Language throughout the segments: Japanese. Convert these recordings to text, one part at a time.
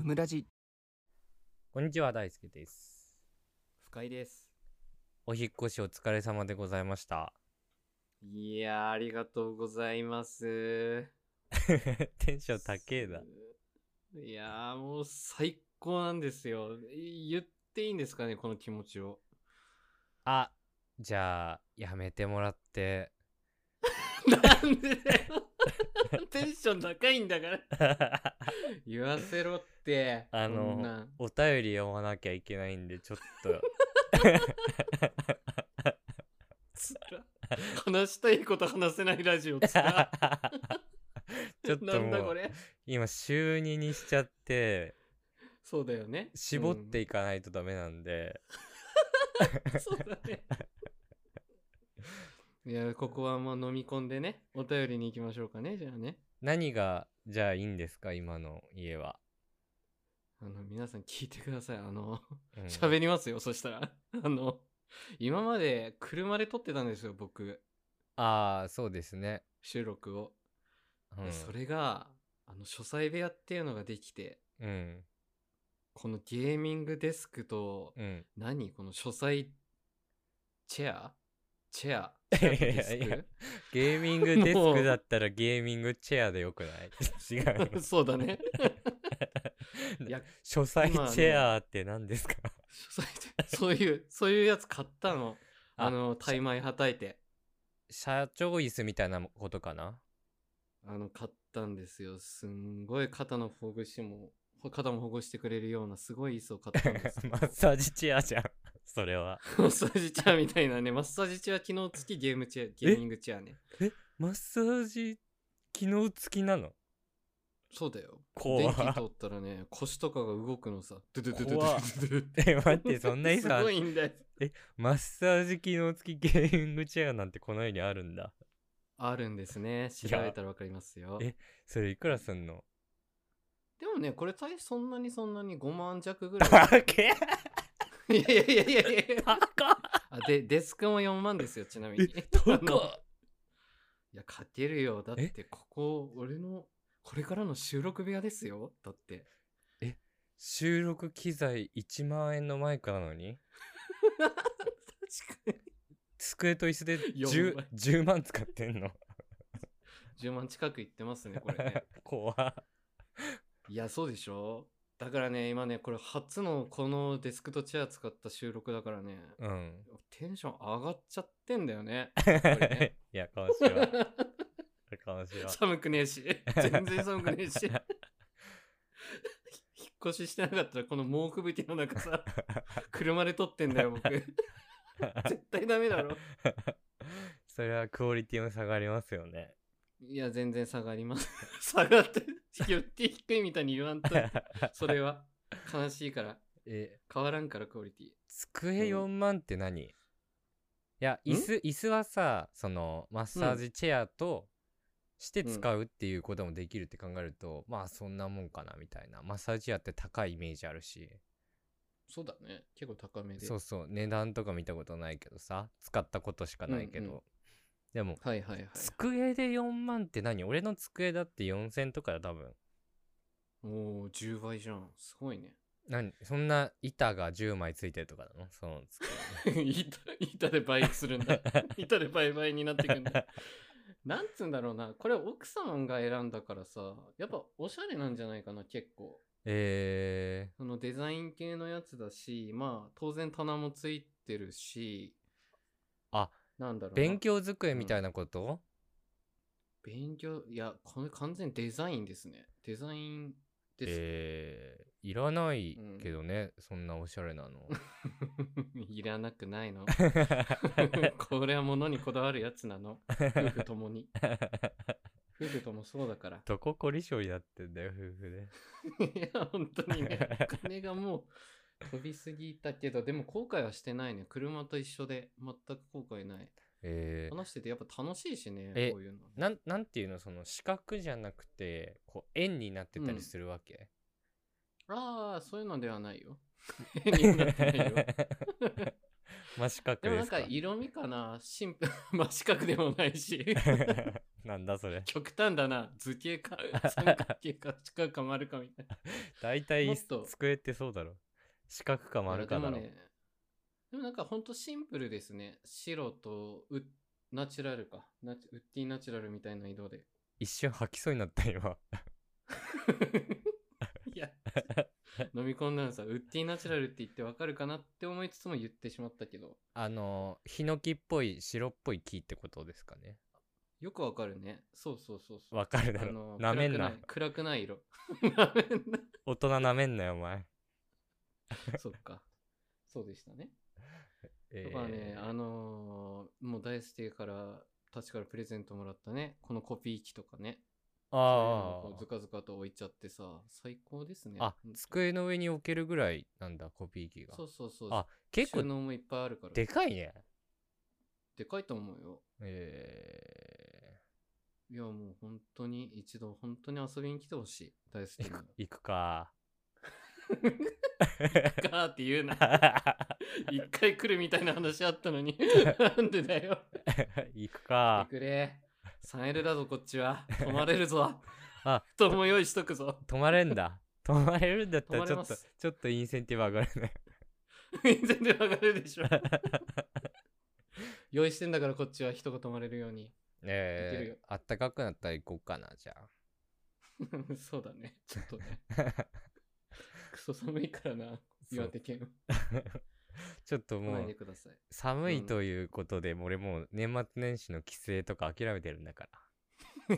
ムラジ。 こんにちは、大輔です。 深井です。 お引っ越しお疲れ様でございました。 いやー、ありがとうございます。 テンション高えだ。 いやー、もう最高なんですよ。言っていいんですかね、この気持ちを。 あ、じゃあ、やめてもらって。 なんでだよ。テンション高いんだから。言わせろって。こんなん。 お便り読まなきゃいけないんで、ちょっと。 つら。話したいこと話せないラジオつら。 ちょっとなんだもう、 これ。 今週2にしちゃって、 そうだよね。 絞っていかないとダメなんで。 そうだね。いや、ここはもう飲み込んでね、お便りに行きましょうかね、じゃあね。 何が、じゃあいいんですか、今の家は。 皆さん聞いてください。 うん喋りますよ、そしたら。今まで車で撮ってたんですよ、僕、 ああ、そうですね。 収録を。で、そうん。 れが、書斎部屋っていうのができて、 うん。 このゲーミングデスクと、 うん。 この書斎チェアチェアいやチェアとデスいや、 クゲーミングデスクだったらゲーミングチェアでよくない？違うの？ そうだね。いや、 書斎チ今ェアって何ですか？ 書斎そういうやつ買ったの。 あ、 タイ米はたいて。 社長椅子みたいなことかな？ 買ったんですよ。すんごい肩もほぐしてくれるようなすごい椅子を買ったんですけど。 マッサージチェアじゃん、それは。 マッサージチェアみたいなね。マッサージチェア機能付きゲーミングチェアね。 マッサージ機能付きなの？ そうだよ。 怖電気通ったらね、腰とかが動くのさ。ドゥドゥドゥドゥド怖っ。 ゥドゥドゥ待って、そんな椅す子ごいんだよ。 マッサージ機能付きゲーミングチェアなんてこの世にあるんだ。 あるんですね。調べたらわかりますよ。 それいくらすんの？ でもね、これそんなに5万弱ぐらい。 高けいやいやいやいやいや。 高デスクも4万ですよ、ちなみに。 高っ。 いや、かけるよ。だって、ここ、俺の、これからの収録部屋ですよ。だって。 収録機材1万円のマイクなのに確かに。 机と椅子で 4万 10万使ってんの？ 10万近くいってますね、これね。 怖っ。 いや、そうでしょ。だからね、今ね、これ初のこのデスクとチェア使った収録だからね、 うん。 テンション上がっちゃってんだよね。 ねいや、かもしれん。かもしれん。 寒くねえし。全然寒くねえし。引っ越ししてなかったらこの猛吹雪の中さ、車で撮ってんだよ、僕。絶対ダメだろ。 それはクオリティも下がりますよね。 いや、全然下がります。下がって、よって低いみたいに言わんといて。それは悲しいから。変わらんからクオリティ。 机4万って何？いや、椅子はさ、そのマッサージチェアとして使うっていうこともできるって考えると、まあそんなもんかなみたいな。マッサージチェアって高いイメージあるし。 そうだね。結構高めで。 そうそう、値段とか見たことないけどさ、使ったことしかないけど。でも、机で4万って何？俺の机だって4000とかだ、多分。 おー、10倍じゃん。すごいね。 そんな板が10枚ついてるとかなの？その机に。板で倍するんだ。板で倍になってくんだ。なんつうんだろうな。これ奥様が選んだからさ、やっぱおしゃれなんじゃないかな、結構。デザイン系のやつだし、まあ当然棚もついてるし、なんだろうな。 勉強机みたいなこと？ いや、これ完全デザインですね。デザインです。 いらないけどね、そんなおしゃれなの。 いらなくないの？これは物にこだわるやつなの。夫婦ともに。夫婦ともそうだから。 どこ凝り性になってんだよ、夫婦で。いや、本当にね、お金がもう飛びすぎたけど、でも後悔はしてないね。車と一緒で全く後悔ない。話しててやっぱ楽しいしね、こういうの。 なんていうの、その四角じゃなくて、こう円になってたりするわけ？ ああ、そういうのではないよ。円になってないよ。 真四角ですか？ でもなんか色味かな、シンプル。真四角でもないし。 なんだそれ。 極端だな。図形か三角形か四角か丸かみたいな。 大体もっと机ってそうだろ。四角か丸かだろ。 いやでもなんかほんとシンプルですね。白とナチュラルか。ウッディナチュラルみたいな色で。 一瞬吐きそうになった今。 いや、飲み込んだのさ、ウッディナチュラルって言ってわかるかなって思いつつも言ってしまったけど。 ヒノキっぽい白っぽい木ってことですかね。 よくわかるね。そうそうそうそう。 わかるだろ。なめんな。 暗くない色。なめんな。 大人なめんなよお前。 そっか。そうでしたね。だからね、もう大輔からたちからプレゼントもらったね、このコピー機とかね。 あこうずかずかと置いちゃってさ、最高ですね。 あ、机の上に置けるぐらいなんだ、コピー機が。 そうそうそう。 あ、結構収納もいっぱいあるから。 でかいね。 でかいと思うよ。いやもう本当に一度本当に遊びに来てほしい。大好きな。 行くか。 行くかって言うな。一回来るみたいな話あったのに。なんでだよ。 行くか。 来てくれ。3L だぞこっちは。泊まれるぞ。 あ、 布団も用意しとくぞ。 泊まれんだ。泊まれるんだったらちょっとインセンティブ上がるね。 全然上がるでしょ。用意してんだからこっちは人が泊まれるように。 あったかくなったら行こうかな、じゃあ。 そうだね。ちょっとね。クソ寒いからな、岩手県。 ちょっともう寒いということで、俺もう年末年始の帰省とか諦めてるんだから。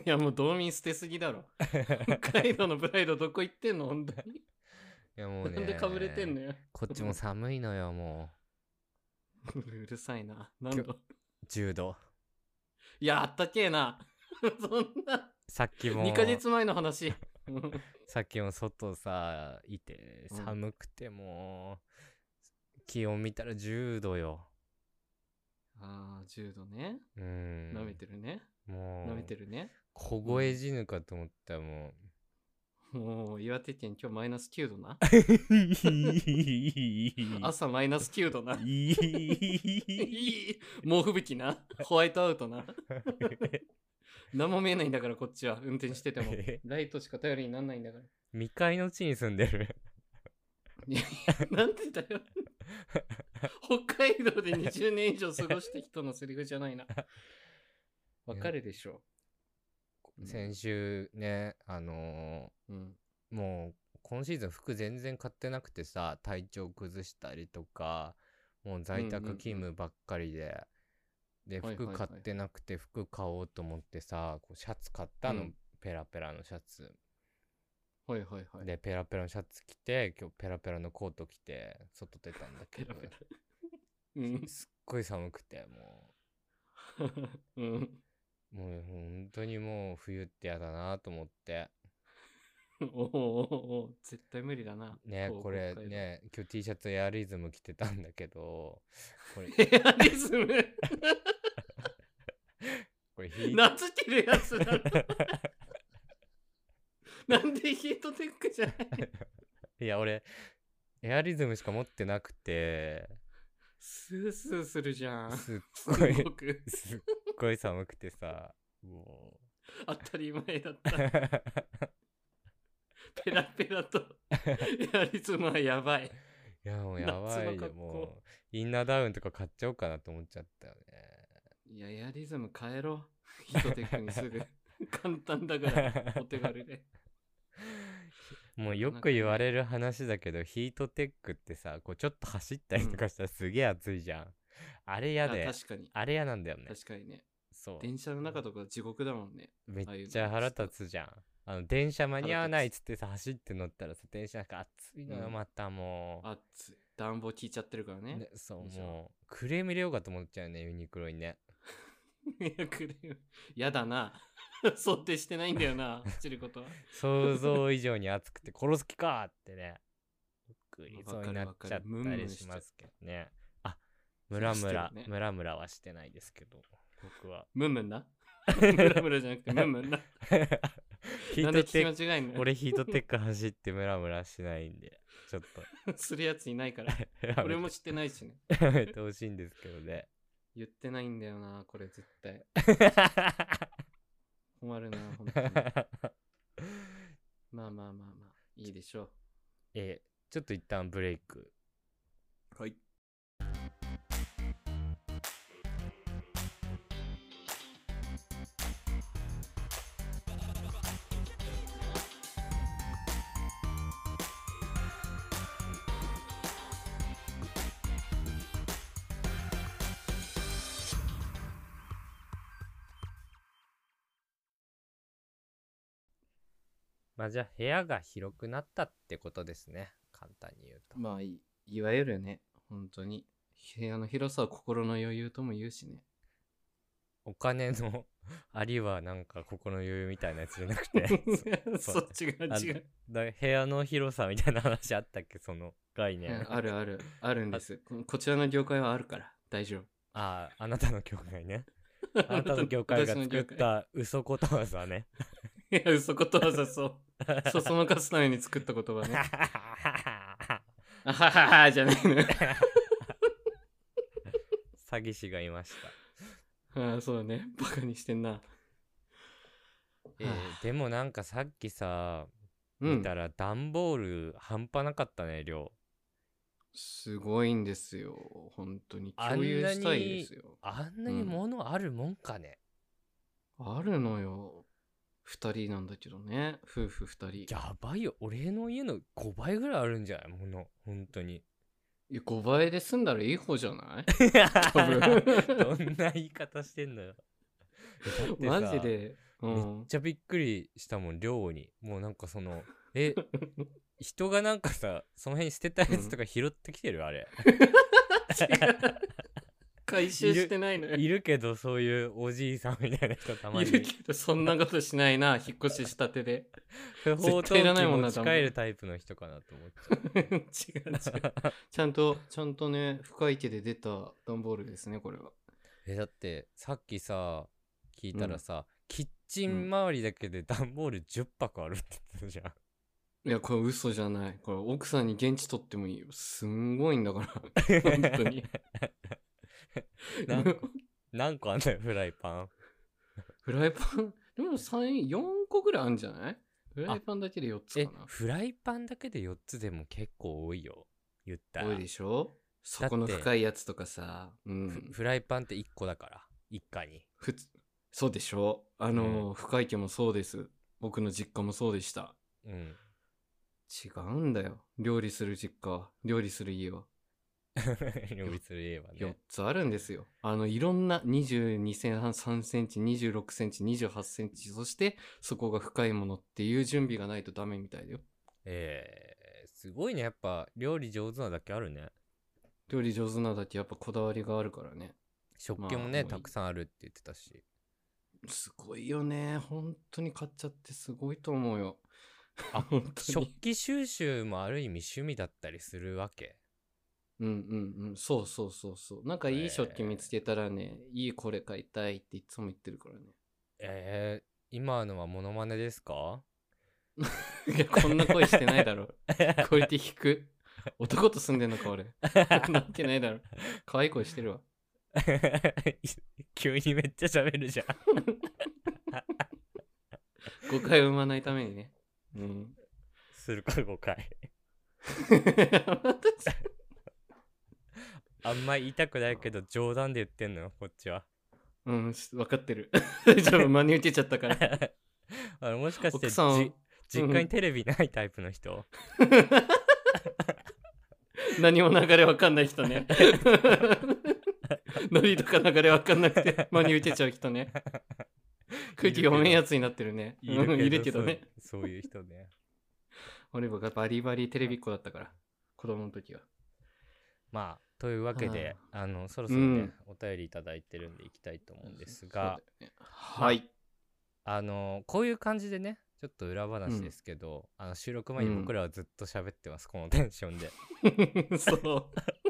いやもう道民捨てすぎだろ。北海道のブライドどこ行ってんの本当に。 いやもうね。 なんでかぶれてんのよ。 こっちも寒いのよもう。うるさいな。何度 ?10 度。 いやあったけえな。そんな。 さっきも 2ヶ月前の話。 さっきも外さいて寒くても気温見たら10度よ。 ああ10度ね。舐めてるね。 もう舐めてるね。 凍え死ぬかと思ったらもう岩手県今日マイナス9度な。朝マイナス9度な。猛吹雪な。ホワイトアウトな。何も見えないんだからこっちは運転しててもライトしか頼りになんないんだから。 未開の地に住んでる。 いやなんでだよ。北海道で20年以上過ごした人のセリフじゃないな。わかるでしょ。 先週ねもう今シーズン服全然買ってなくてさ、体調崩したりとかもう在宅勤務ばっかりで、服買ってなくて服買おうと思ってさ、こうシャツ買ったの、ペラペラのシャツ。でペラペラのシャツ着て、今日ペラペラのコート着て外出たんだけどすっごい寒くてもうもう本当にもう冬ってやだなと思って。 お絶対無理だな。 ね、これね、今日 T シャツエアリズム着てたんだけど、 これエアリズムこれ夏着るやつだろ。なんでヒートテックじゃない。 いや俺エアリズムしか持ってなくて、 スースーするじゃん。 すっごい寒くてさ、もう当たり前だった。ペラペラとエアリズムはやばい。 いやもうやばいよ。もうインナーダウンとか買っちゃおうかなと思っちゃったよね。 いやエアリズム変えろ。ヒートテックにすぐ。簡単だからお手軽で。 もうよく言われる話だけど、ヒートテックってさ、こうちょっと走ったりとかしたらすげえ暑いじゃん。あれやで。 確かに。 あれやなんだよね。 確かにね。 そう。 電車の中とか地獄だもんね。 めっちゃ腹立つじゃん。電車間に合わないっつってさ、走って乗ったらさ、電車なんか暑いのよ、またもう。 暑い。暖房効いちゃってるからね。 そう、もう、クレーム入れようかと思っちゃうね、ユニクロにね。 いや、クレーム。やだな。想定してないんだよな、走ることは。 想像以上に暑くて殺す気かってね、送りそうになっちゃったりしますけどね。あ、ムラムラはしてないですけど、僕は。 ムンムンな。ムラムラじゃなくてムンムンな。 なんで聞き間違いんの？俺ヒートテック走ってムラムラしないんで、ちょっと。 するやついないから。俺も知ってないしね。 やめてほしいんですけどね。 言ってないんだよな、これ絶対。 困るな、本当に。まあまあまあまあ、いいでしょちょっと一旦ブレイク。 う。はい。 まあじゃあ部屋が広くなったってことですね。簡単に言うと。 まあいわゆるね、本当に部屋の広さは心の余裕とも言うしね。 お金のありはなんか心の余裕みたいなやつじゃなくてそっちが違う。 部屋の広さみたいな話あったっけ、その概念。 あるんです。こちらの業界はあるから大丈夫。 あなたの業界ね。あなたの業界が作った嘘ことわざね。 いや、嘘ことわざそそのかすために作った言葉ね。あはははじゃないのよ。 詐欺師がいましああ、そうだね。バカにしてんな。 でもなんかさっきさ、見たら段ボール半端なかったね、量。 すごいんですよ。本当に共有したいですよ。 あんなに物あるもんかね。 あるのよ。2人なんだけどね。夫婦2人。 やばいよ。俺の家の5倍ぐらいあるんじゃないもの。本当に。 いや、5倍で済んだらいい方じゃない多分。どんな言い方してんのよ。 マジで、 めっちゃびっくりしたもん、量に。もうなんかその、人がなんかさ、その辺に捨てたやつとか拾ってきてる、あれ。 回収してないのよ。 いるけど、そういうおじいさんみたいな人たまに。 いるけど、そんなことしないな、引っ越ししたてで。 不法投棄持ち帰るタイプの人かなと思っちゃう。違う。ちゃんとね、深い手で出た段ボールですね、これは。 だって、さっきさ、聞いたらさ、キッチン周りだけで段ボール10箱あるって言ってたじゃん。 いや、これ嘘じゃない。これ奥さんに現地取ってもいいよ。すんごいんだから。本当に。 何個あんだよ、フライパン。 フライパン、でも4個ぐらいあるんじゃない？フライパンだけで4つかな。 フライパンだけで4つでも結構多いよ。言ったら。 多いでしょ？そこの深いやつとかさ。 フライパンって1個だから。一家に。 そうでしょ？深い家もそうです。僕の実家もそうでした。違うんだよ。料理する実家は。料理する家は。 料理する家はね。 4つあるんですよ。いろんな22センチ、3センチ、26センチ、28センチ、そしてそこが深いものっていう準備がないとダメみたいだよ。 すごいね。やっぱ料理上手なだけあるね。 料理上手なだけやっぱこだわりがあるからね。 食器もね、たくさんあるって言ってたし。 すごいよね。本当に買っちゃってすごいと思うよ。 食器収集もある意味趣味だったりするわけ。 そう。なんかいい食器見つけたらね、いいこれ買いたいっていつも言ってるからね。今のはモノマネですか？ いや、こんな声してないだろ。クオリティ低く。男と住んでんのか俺。なってないだろ。可愛い声してるわ。 急にめっちゃ喋るじゃん。 誤解を生まないためにね。 するか誤解。あんま言いたくないけど冗談で言ってんのよ、こっちは。 分かってる。大丈夫、真に受けちゃったから。 もしかして実家にテレビないタイプの人？ 何も流れわかんない人ね。ノリとか流れわかんなくて真に受けちゃう人ね。空気読めんやつになってるね。いるけどね。 そういう人ね。 俺がバリバリテレビっ子だったから、子供の時は。 まあというわけで、そろそろね、お便りいただいてるんでいきたいと思うんですが、 はい。 こういう感じでね、ちょっと裏話ですけど、収録前に僕らはずっと喋ってます、このテンションで。 そう。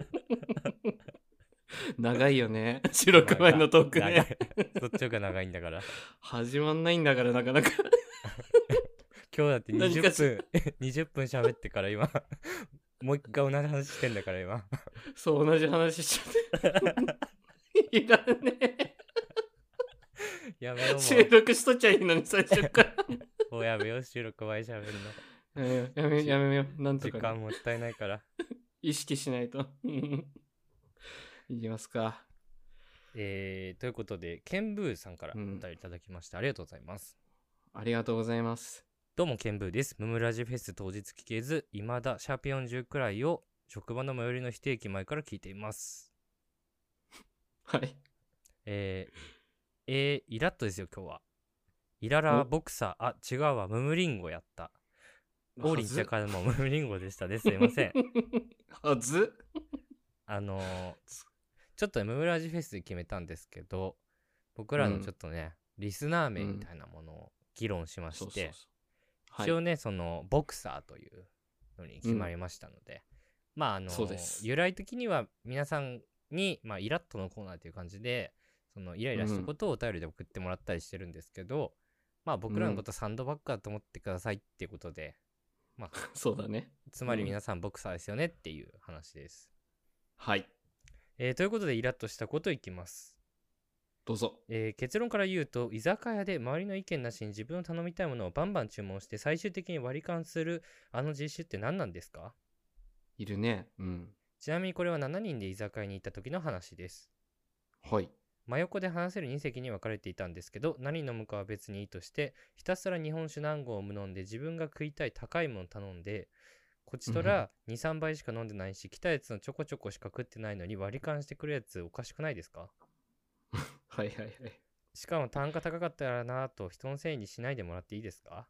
長いよね、収録前のトークね。 そっちが長いんだから。 始まんないんだから、なかなか。 今日だって20分喋ってから今もう一回同じ話してんだから今。 そう、同じ話しちゃって。いらねえ。 やめようも収録しとっちゃいいのに最初からう。もうやめよう、収録前しゃべるの。 やめよう。なんとか、 時間もったいないから。 意識しないと。いきますか。 ということで、ケンブーさんからお便りいただきました。ありがとうございます。 ありがとうございます。 どうもケンブーです。ムムラジフェス当日聞けず、未だシャープ40くらいを職場の最寄りの指定駅前から聞いています。 はい。 イラッとですよ、今日は。イララボクサー、違うわ、ムムリンゴやった。王林茶からもムムリンゴでしたです。すいません。 はずちょっとムムラジフェスで決めたんですけど、僕らのちょっとね、リスナー名みたいなものを議論しまして、一応ね、そのボクサーというのに決まりましたので、まあ由来的には皆さんに、まあ、イラッとのコーナーという感じで、そのイライラしたことをお便りで送ってもらったりしてるんですけど、まあ僕らのことサンドバッグだと思ってくださいっていうことで、まあそうだね。 つまり皆さんボクサーですよねっていう話です。 はい。 ということでイラッとしたこといきます。 どうぞ。 結論から言うと、居酒屋で周りの意見なしに自分の頼みたいものをバンバン注文して最終的に割り勘するあの実習って何なんですか？ いるね。 ちなみにこれは7人で居酒屋に行った時の話です。 はい。 真横で話せる2席に分かれていたんですけど、何飲むかは別にいいとして、ひたすら日本酒何合も飲んで自分が食いたい高いもの頼んで、こちとら 2,3 杯しか飲んでないし、来たやつのちょこちょこしか食ってないのに割り勘してくるやつおかしくないですか？ はいはいはい。 しかも単価高かったらなぁと人のせいにしないでもらっていいですか？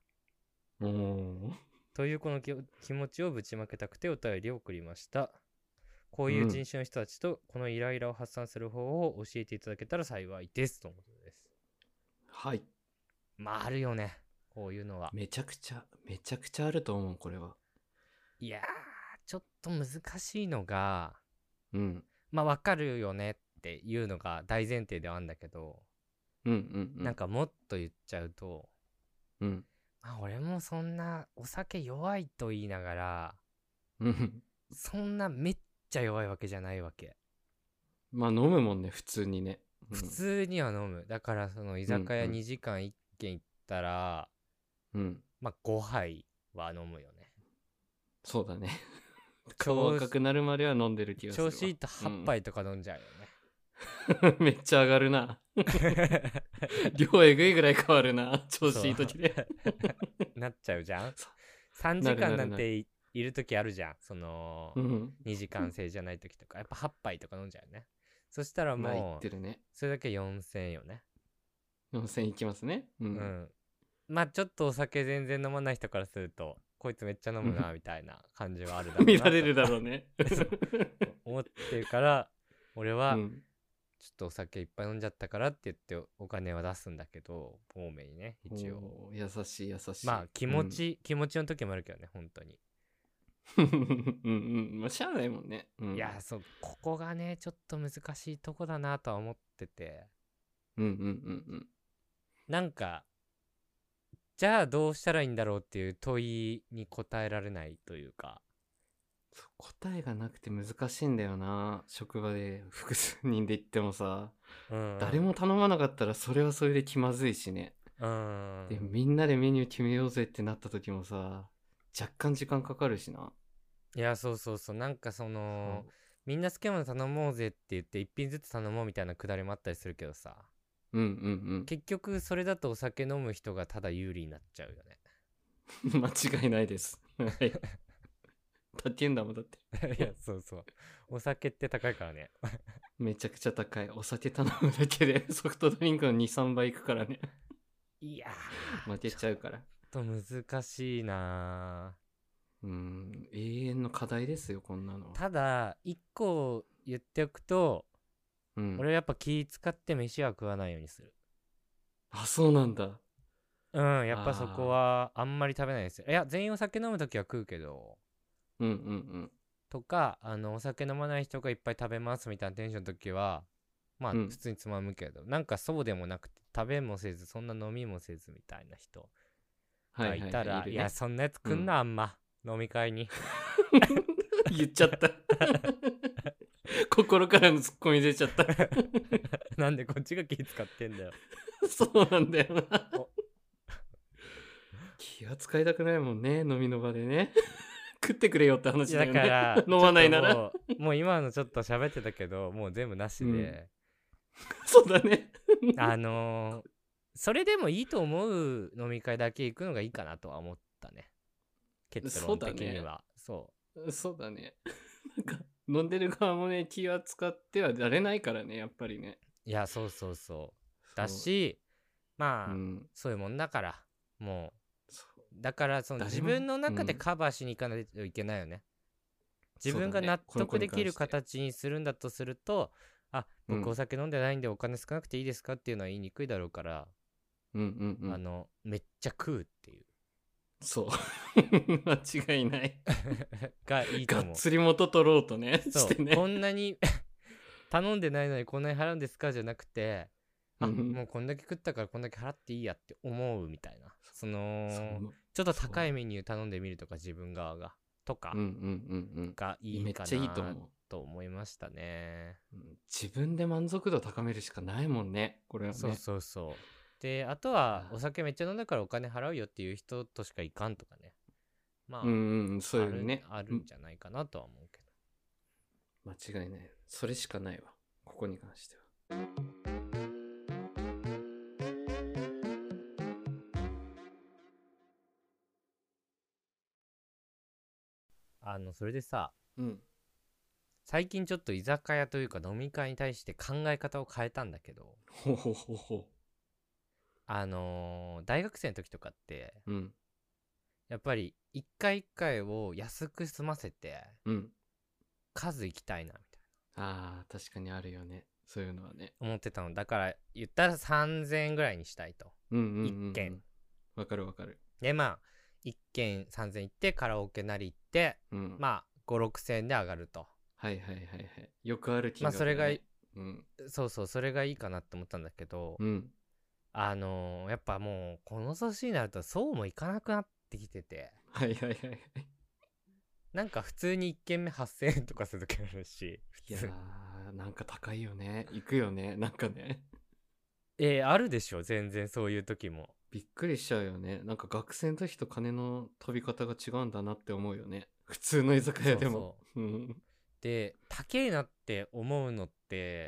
というこの気持ちをぶちまけたくてお便りを送りました。こういう人種の人たちとこのイライラを発散する方法を教えていただけたら幸いですとのことです。 はい。 まああるよね、こういうのは。 めちゃくちゃあると思う、これは。 いやー、ちょっと難しいのが、 まあわかるよねっていうのが大前提ではあるんだけど、なんかもっと言っちゃうと、まあ俺もそんなお酒弱いと言いながら、そんなめっちゃ弱いわけじゃないわけ。 まあ飲むもんね、普通にね。 普通には飲む。だからその居酒屋2時間1軒行ったら、まあ5杯は飲むよね。 そうだね。顔赤くなるまでは飲んでる気がするわ。 調子いいと8杯とか飲んじゃうよね。めっちゃ上がるな。量えぐいぐらい変わるな、調子いい時で。 なっちゃうじゃん。3時間なんている時あるじゃん。その、2時間制じゃない時とか。やっぱ8杯とか飲んじゃうね。そしたらもう、それだけ4000円よね。 4000円いきますね。 まあちょっとお酒全然飲まない人からすると、こいつめっちゃ飲むなみたいな感じはあるだろうな。 見られるだろうね。 思ってるから、俺は、ちょっとお酒いっぱい飲んじゃったからって言ってお金は出すんだけど、多めにね、一応。 優しい。 まあ気持ちの時もあるけどね、本当に。 まあしゃあないもんね。 いや、そう、ここがね、ちょっと難しいとこだなとは思ってて。なんか、じゃあどうしたらいいんだろうっていう問いに答えられないというか。 答えがなくて難しいんだよな。職場で複数人で行ってもさ、誰も頼まなかったらそれはそれで気まずいしね。でみんなでメニュー決めようぜってなった時もさ、若干時間かかるしな。 いや、そうなんかそのみんな好きなもの頼もうぜって言って一品ずつ頼もうみたいなくだりもあったりするけどさ、結局それだとお酒飲む人がただ有利になっちゃうよね。 間違いないです。はい高いんだもんだっていや、そうお酒って高いからね。 めちゃくちゃ高い。お酒頼むだけでソフトドリンクの 2,3 倍いくからね。 いや負けちゃうから。 ちょっと難しいな。 永遠の課題ですよ、こんなの。 ただ一個言っておくと、俺はやっぱ気使って飯は食わないようにする。 あ、そうなんだ。 やっぱそこはあんまり食べないですよ。いや、全員お酒飲むときは食うけど、とか、お酒飲まない人がいっぱい食べますみたいなテンションの時は、まあ普通につまむけど、なんかそうでもなくて、食べもせずそんな飲みもせずみたいな人がいたら、いやそんなやつ来んな、あんま飲み会に言っちゃった心からのツッコミ出ちゃったなんでこっちが気使ってんだよそうなんだよな。気は使いたくないもんね、飲みの場でね。食ってくれよって話だよね。 だから飲まないなら。 もう今のちょっと喋ってたけど、もう全部なしで、 そうだね。 それでもいいと思う飲み会だけ行くのがいいかなとは思ったね。結論的には。 そうだね。なんか飲んでる側もね、気は使ってはられないからね、やっぱりね。 いや、そうだし、まあ、そういうもんだから、もう、だから自分の中でカバーしに行かないといけないよね。自分が納得できる形にするんだとすると、僕お酒飲んでないんでお金少なくていいですかっていうのは言いにくいだろうから、めっちゃ食うっていう。 そう間違いないがいいと思う。 がっつり元取ろうとねそうしてね。 こんなに頼んでないのにこんなに払うんですかじゃなくて、もうこんだけ食ったからこんだけ払っていいやって思うみたいな、ちょっと高いメニュー頼んでみるとか、自分側がとかがいいかなと思いましたね。 自分で満足度高めるしかないもんね、これはね。 そうで、あとはお酒めっちゃ飲んだからお金払うよっていう人としかいかんとかね。まあ、 そういうね、 あるんじゃないかなとは思うけど。間違いない。それしかないわ、ここに関しては。 それでさ、最近ちょっと居酒屋というか飲み会に対して考え方を変えたんだけど、大学生の時とかって、やっぱり一回一回を安く済ませて、数行きたいなみたいな。確かにあるよね、そういうのはね。 思ってたの。だから言ったら3000円ぐらいにしたいと。一軒。 わかる。 でまあ1軒3000円行ってカラオケなり行って、まあ5、6000円で上がると。 よくある金額だね。 それがそれがいいかなって思ったんだけど、やっぱもうこの年になるとそうもいかなくなってきてて、なんか普通に1軒目8000円とかする時あるし、 いやーなんか高いよね、行くよね、なんかね。 あるでしょ、全然そういう時も。 びっくりしちゃうよね。なんか学生の時と金の飛び方が違うんだなって思うよね、普通の居酒屋でも。 で高えなって思うのって、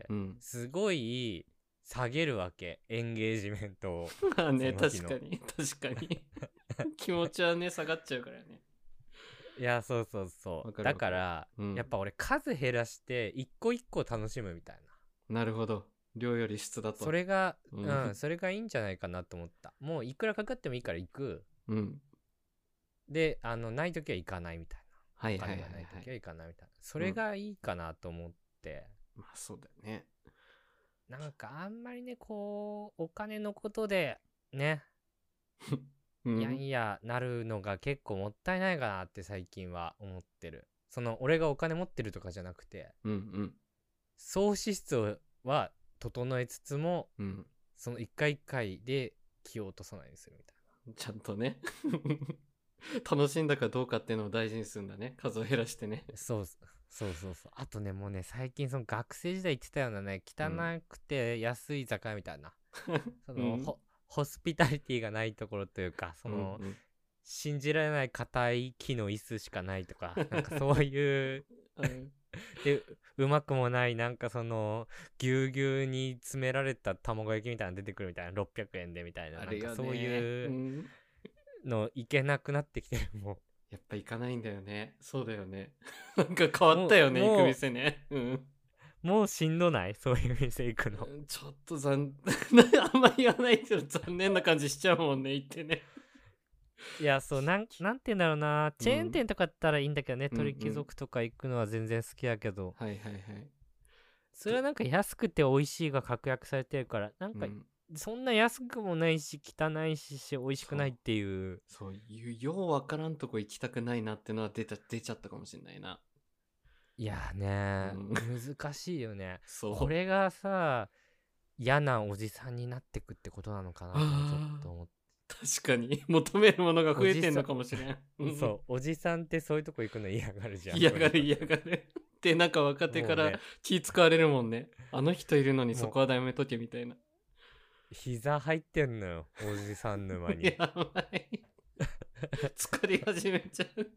すごい下げるわけ、エンゲージメントを。 ね、確かに気持ちはね下がっちゃうからね。 いやそうだから、やっぱ俺数減らして一個一個楽しむみたいな。なるほど、量より質だと。 それがそれがいいんじゃないかなと思った。もういくらかかってもいいから行く。でない時は行かないみたいな。ない時は行かないみたいな。それがいいかなと思って。 まあそうだよね。 なんかあんまりね、こうお金のことでねいやいやなるのが結構もったいないかなって最近は思ってる。俺がお金持ってるとかじゃなくて、総支出は整えつつも、その一回一回で気を落とさないようにするみたいな。ちゃんとね楽しんだかどうかっていうのを大事にするんだね、数を減らしてね。 そうあとね、もうね最近学生時代言ってたようなね、汚くて安い居酒屋みたいなホスピタリティがないところというか、信じられない硬い木の椅子しかないとか、なんかそういうでうまくもない、なんかぎゅうぎゅうに詰められた卵焼きみたいなの出てくるみたいな、600円でみたいな、なんかそういうのいけなくなってきてる。もうやっぱ行かないんだよね。そうだよねなんか変わったよね、行く店ね。 もうしんどない、そういう店行くの。 ちょっとあんまり言わないけど残念な感じしちゃうもんね、行ってね。 いやなんて言うんだろうな、チェーン店とかだったらいいんだけどね、鳥貴族とか行くのは全然好きやけど、それはなんか安くて美味しいが確約されてるから、なんかそんな安くもないし汚いし美味しくないっていう、 そういうようわからんとこ行きたくないなってのは出ちゃったかもしれないな。 いやね、難しいよね。これがさ嫌なおじさんになってくってことなのかなとちょっと思って。 確かに求めるものが増えてんのかもしれん。 そうおじさんってそういうとこ行くの嫌がるじゃん。 嫌がるで、なんか若手から気使われるもんね。あの人いるのにそこはやめとけみたいな。 膝入ってんのよ、おじさん沼に。 やばい。疲れ始めちゃう。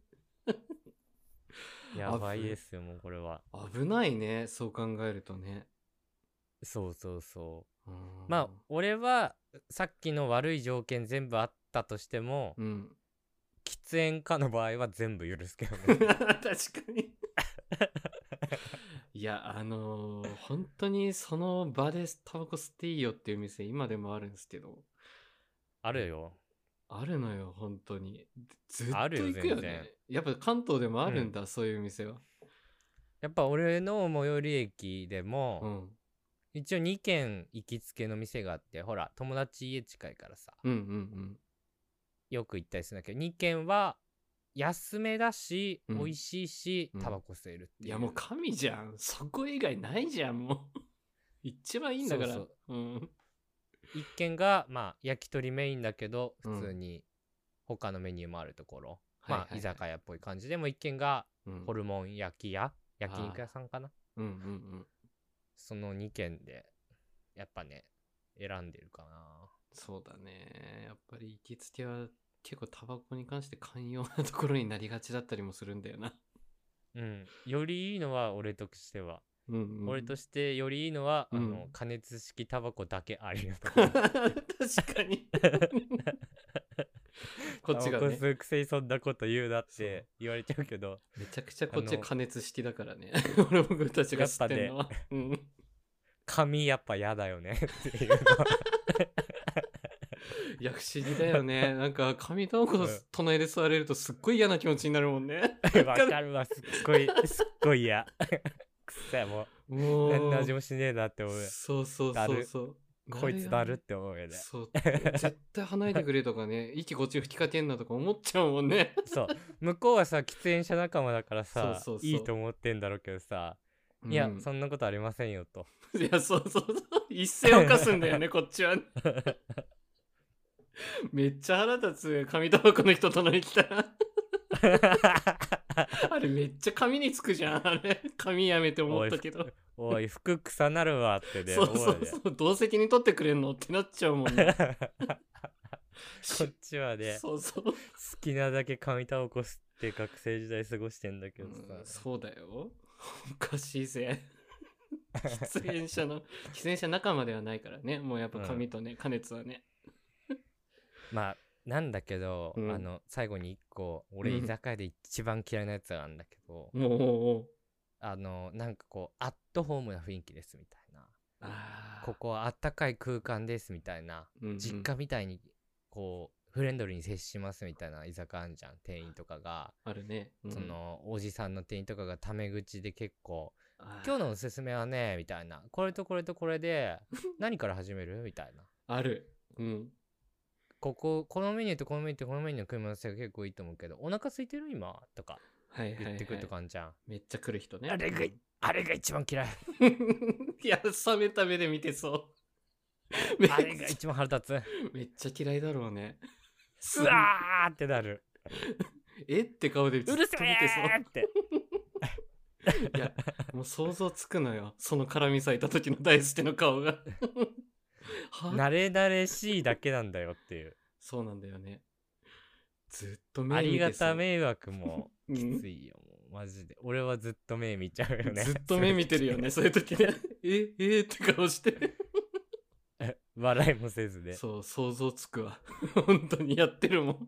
やばいですよ、もうこれは。 危ないね、そう考えるとね。 そうそうそう。まあ俺はさっきの悪い条件全部あったとしても、 うん、 喫煙家の場合は全部許すけどね。 確かに。いや本当にその場でタバコ吸っていいよっていう店今でもあるんですけど。 あるよ。 あるのよ、本当に。ずっとあるよ行くよ全然。 ね。やっぱ関東でもあるんだ、そういう店は。 やっぱ俺の最寄り駅でも、 うん。 一応2軒行きつけの店があって、ほら友達家近いからさ、 うんうんうん。 よく行ったりするんだけど、2軒は安めだし、 うん美味しいし、 うんタバコ吸えるっていう。 いやもう神じゃん。そこ以外ないじゃん、もう。一番いいんだから。 そううん。 一軒がまあ焼き鳥メインだけどうん普通に他のメニューもあるところ、 はいはいはいまあ居酒屋っぽい感じでも、一軒がうんホルモン焼き屋、焼肉屋さんかな。 うんうんうん。 その2軒でやっぱね選んでるかな。 そうだね。やっぱり行きつけは結構タバコに関して寛容なところになりがちだったりもするんだよな。 うん、よりいいのは俺としては、 うんうん、 俺としてよりいいのは、 うん加熱式タバコだけありのところ。 確かに。こっちがね。 タバコ吸うくせにそんなこと言うなって言われちゃうけど、 めちゃくちゃこっち加熱式だからね。俺僕たちが吸ってんのは。うん髪やっぱ嫌だよねっていうの。 いや不思議だよね。なんか紙タバコの隣で座れるとすっごい嫌な気持ちになるもんね。 わかるわ、すっごい嫌。くせえ、もう何の味もしねえなって思う。 そうそうそうそう。 こいつだるって思うよね。 そう絶対離れてくれとかね、息こっち吹きかけんなとか思っちゃうもんね。 そう、向こうはさ喫煙者仲間だからさ、 そういいと思ってんだろうけどさ、いや、そんなことありませんよと。 いやそうそうそう、一線を犯すんだよねこっちは。めっちゃ腹立つ、紙タバコの人隣来たら。あれめっちゃ紙につくじゃん、あれ紙やめて思ったけど。 おい服臭なるわってね。 そうそうそう、どう責任取ってくれんのってなっちゃうもんね。 こっちはね、 そうそう、 好きなだけ紙タバコ吸って学生時代過ごしてんだけどさ、 そうだよ、おかしいぜ。喫煙者仲間ではないからね、もうやっぱ紙とね、加熱はね。 まあなんだけど、最後に一個俺居酒屋で一番嫌いなやつがあるんだけど、 もうなんかこうアットホームな雰囲気ですみたいな、ここはあったかい空間ですみたいな、実家みたいにこうフレンドリーに接しますみたいな居酒屋あんじゃん、店員とかが。 あるね、 そのおじさんの店員とかがタメ口で結構今日のおすすめはねみたいな、これとこれとこれで何から始めるみたいな。 ある。 このメニューとこのメニューとこのメニューの組み合わせが結構いいと思うけど、お腹空いてる今とか言ってくるとかあんじゃん。 めっちゃ来る人ね。 あれが一番嫌い。 いや、冷めた目で見てそう。 あれが一番腹立つ。めっちゃ嫌いだろうね。 うわーってなる。 って顔でずっと見てそう。 うるせーって。 いや、もう想像つくのよ。その絡み咲いた時の大輔の顔が。 慣れ慣れしいだけなんだよっていう。 そうなんだよね。ずっと目見てそう。ありがた迷惑もきついよ、もうマジで。俺はずっと目見ちゃうよね。 ずっと目見てるよね、そういう時ね。って顔して笑いもせずで。 そう、想像つくわ。本当にやってるもん。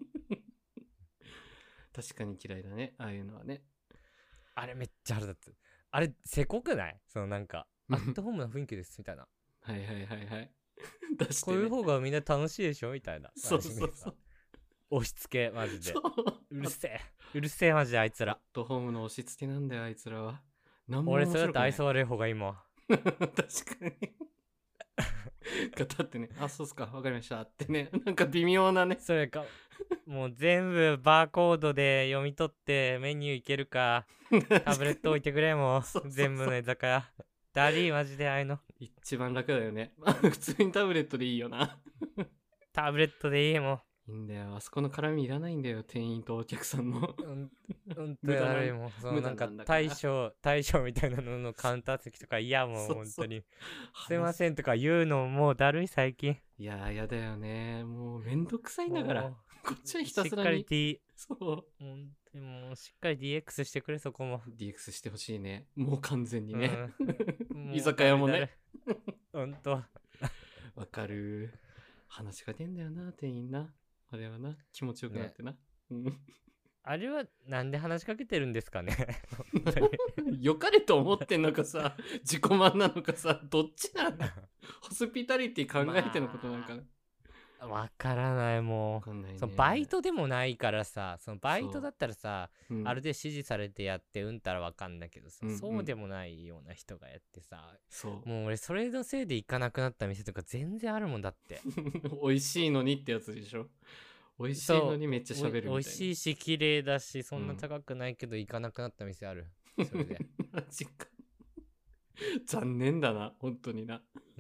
確かに嫌いだね、ああいうのはね。 あれめっちゃ腹立つ。あれせこくない？そのなんかアットホームな雰囲気ですみたいな。 はいはいはいはい。 出してね、こういう方がみんな楽しいでしょみたいな。 そうそうそう。 押し付けマジで。うるせえマジであいつら。 アットホームの押し付けなんだよあいつらは。 俺それだって愛想悪い方がいいもん。 確かに。だってね、あ、そうっすか、わかりましたってね、なんか微妙なね。 それか、もう全部バーコードで読み取ってメニューいけるか、タブレット置いてくれもう、全部の居酒屋。ダリーマジでああいうの。 一番楽だよね。普通にタブレットでいいよな。 タブレットでいいもん。 いいんだよ。あそこの絡みいらないんだよ。店員とお客さんの。 本当にあれもう、そのなんか大将みたいなののカウンター席とか、いやもう本当に、すいませんとか言うのもうだるい最近。 いやー、やだよね。もうめんどくさいんだから。こっちはひたすらに。 しっかりそう。 本当にもうしっかり DX してくれ、そこも。 DX してほしいね。もう完全にね。 居酒屋もね。 ほんと。 わかる。話が出んだよな、店員な。あれはな、気持ちよくなってな。 あれはなんで話しかけてるんですかね。 よかれと思ってんのかさ、自己満なのかさ、どっちなの？ホスピタリティ考えてのことなんかな。 わからない、もう、ね、そのバイトでもないからさ、そのバイトだったらさ、ある程度指示されてやってうんたらわかんだけどさ、そうでもないような人がやってさ、もう俺それのせいで行かなくなった店とか全然あるもんだって。 美味しいのにってやつでしょ。美味しいのにめっちゃ喋るみたいな。 美味しいし綺麗だし、そんな高くないけど行かなくなった店ある。それで。 マジか。残念だな、本当にな。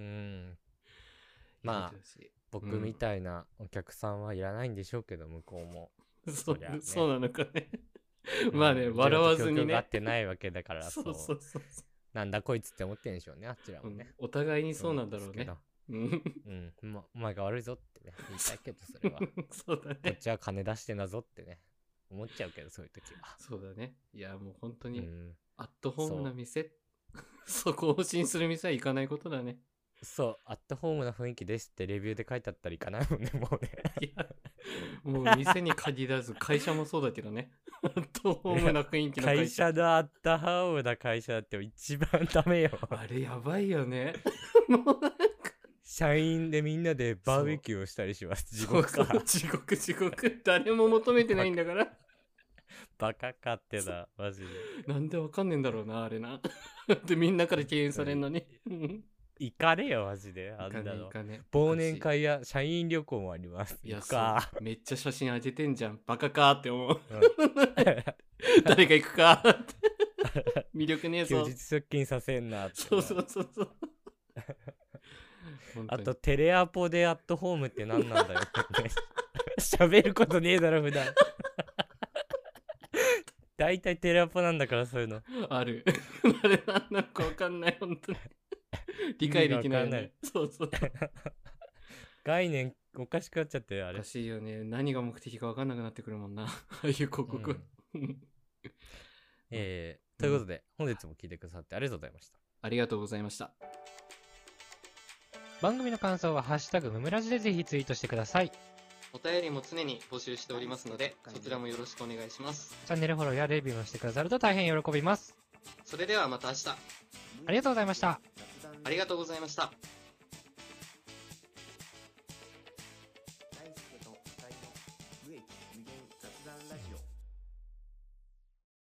まあ、僕みたいなお客さんはいらないんでしょうけど、向こうも。 そうなのかね。まあね、笑わずにね。 合ってないわけだから、そう。なんだこいつって思ってんでしょうね、あちらもね。 お互いにそうなんだろうね。 お前が悪いぞってね、言いたいけど、それは。 そうだね。 こっちは金出してんだぞってね、思っちゃうけど、そういう時は。 そうだね。いや、もう本当に、アットホームな店、そこを信する店は行かないことだね。 そう、アットホームな雰囲気ですってレビューで書いてあったら行かないもんね、もうね。 いや、もう店に限らず、会社もそうだけどね。アットホームな雰囲気の会社のアットホームな会社だって一番ダメよ。 あれやばいよね。もうなんか。 社員でみんなでバーベキューをしたりします。地獄か。 地獄。誰も求めてないんだから。 バカかってだ、マジで。 なんでわかんねえんだろうな、あれな。で、みんなから敬遠されんのに。 行かれよ、マジで。あんなの。忘年会や社員旅行もあります。 いや、めっちゃ写真あげてんじゃん。バカかって思う。誰が行くか魅力ねえぞ。 休日出勤させんなって。 そう。 あと、テレアポでアットホームって何なんだよってね。喋ることねえだろ、普段。大体テレアポなんだから、そういうの。 ある。あれなんなのか分かんない、本当に。理解できないね。そう。 概念おかしくなっちゃってあれ。 おかしいよね。何が目的か分かんなくなってくるもんな。ああいう広告。 ということで、本日も聞いてくださってありがとうございました。 ありがとうございました。 番組の感想はハッシュタグムムラジでぜひツイートしてください。 お便りも常に募集しておりますので、そちらもよろしくお願いします。 チャンネルフォローやレビューもしてくださると大変喜びます。 それではまた明日。 ありがとうございました。 ありがとうございました。 大輔と二人の無益無限雑談ラジオ。